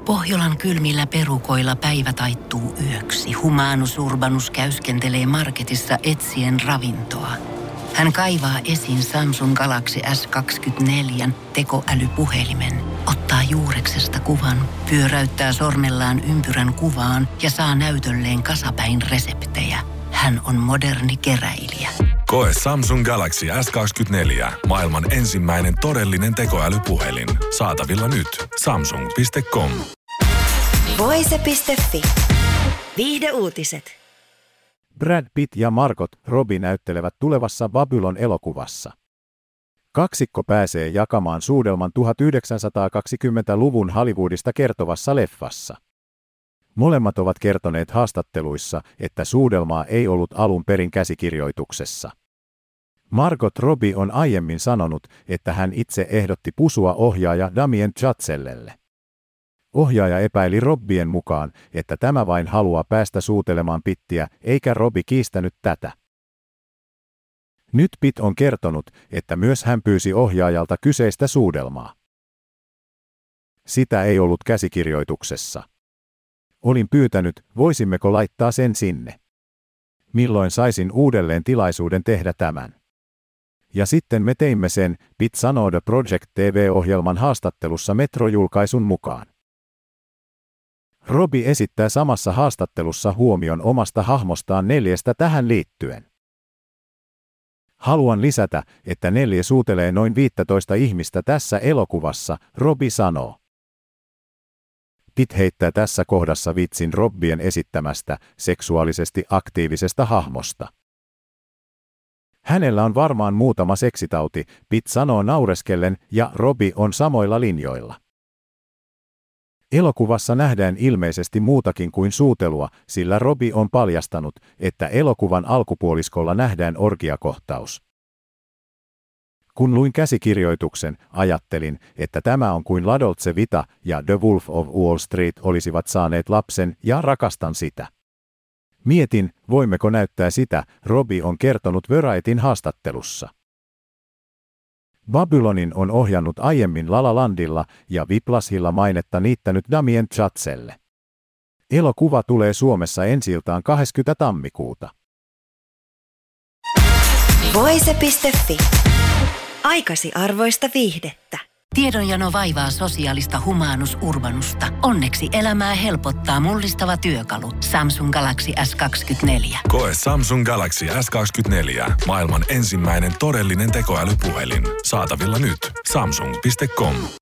Pohjolan kylmillä perukoilla päivä taittuu yöksi. Humanus Urbanus käyskentelee marketissa etsien ravintoa. Hän kaivaa esiin Samsung Galaxy S24 tekoälypuhelimen, ottaa juureksesta kuvan, pyöräyttää sormellaan ympyrän kuvaan ja saa näytölleen kasapäin reseptejä. Hän on moderni keräilijä. Koe Samsung Galaxy S24. Maailman ensimmäinen todellinen tekoälypuhelin. Saatavilla nyt. Samsung.com. Voise.fi. Viihdeuutiset. Brad Pitt ja Margot Robbie näyttelevät tulevassa Babylon-elokuvassa. Kaksikko pääsee jakamaan suudelman 1920-luvun Hollywoodista kertovassa leffassa. Molemmat ovat kertoneet haastatteluissa, että suudelmaa ei ollut alun perin käsikirjoituksessa. Margot Robbie on aiemmin sanonut, että hän itse ehdotti pusua ohjaaja Damien Chazellelle. Ohjaaja epäili Robbien mukaan, että tämä vain haluaa päästä suutelemaan Pittiä, eikä Robbie kiistänyt tätä. Nyt Pitt on kertonut, että myös hän pyysi ohjaajalta kyseistä suudelmaa. Sitä ei ollut käsikirjoituksessa. Olin pyytänyt, voisimmeko laittaa sen sinne. Milloin saisin uudelleen tilaisuuden tehdä tämän? Ja sitten me teimme sen, Pitt sanoo The Project TV-ohjelman haastattelussa Metro-julkaisun mukaan. Robbie esittää samassa haastattelussa huomion omasta hahmostaan 4 tähän liittyen. Haluan lisätä, että 4 suutelee noin 15 ihmistä tässä elokuvassa, Robbie sanoo. Pitt heittää tässä kohdassa vitsin Robbien esittämästä seksuaalisesti aktiivisesta hahmosta. Hänellä on varmaan muutama seksitauti, Pitt sanoo naureskellen, ja Robbie on samoilla linjoilla. Elokuvassa nähdään ilmeisesti muutakin kuin suutelua, sillä Robbie on paljastanut, että elokuvan alkupuoliskolla nähdään orgiakohtaus. Kun luin käsikirjoituksen, ajattelin, että tämä on kuin La Dolce Vita ja The Wolf of Wall Street olisivat saaneet lapsen ja rakastan sitä. Mietin, voimmeko näyttää sitä, Robbie on kertonut Varietyn haastattelussa. Babylonin on ohjannut aiemmin La La Landilla ja Whiplashilla mainetta niittänyt Damien Chazelle. Elokuva tulee Suomessa ensi-iltaan 20. tammikuuta. Voise.fi. Aikasi arvoista viihdettä. Tiedonjano vaivaa sosiaalista Humanus Urbanusta. Onneksi elämää helpottaa mullistava työkalu. Samsung Galaxy S24. Koe Samsung Galaxy S24. Maailman ensimmäinen todellinen tekoälypuhelin. Saatavilla nyt. Samsung.com.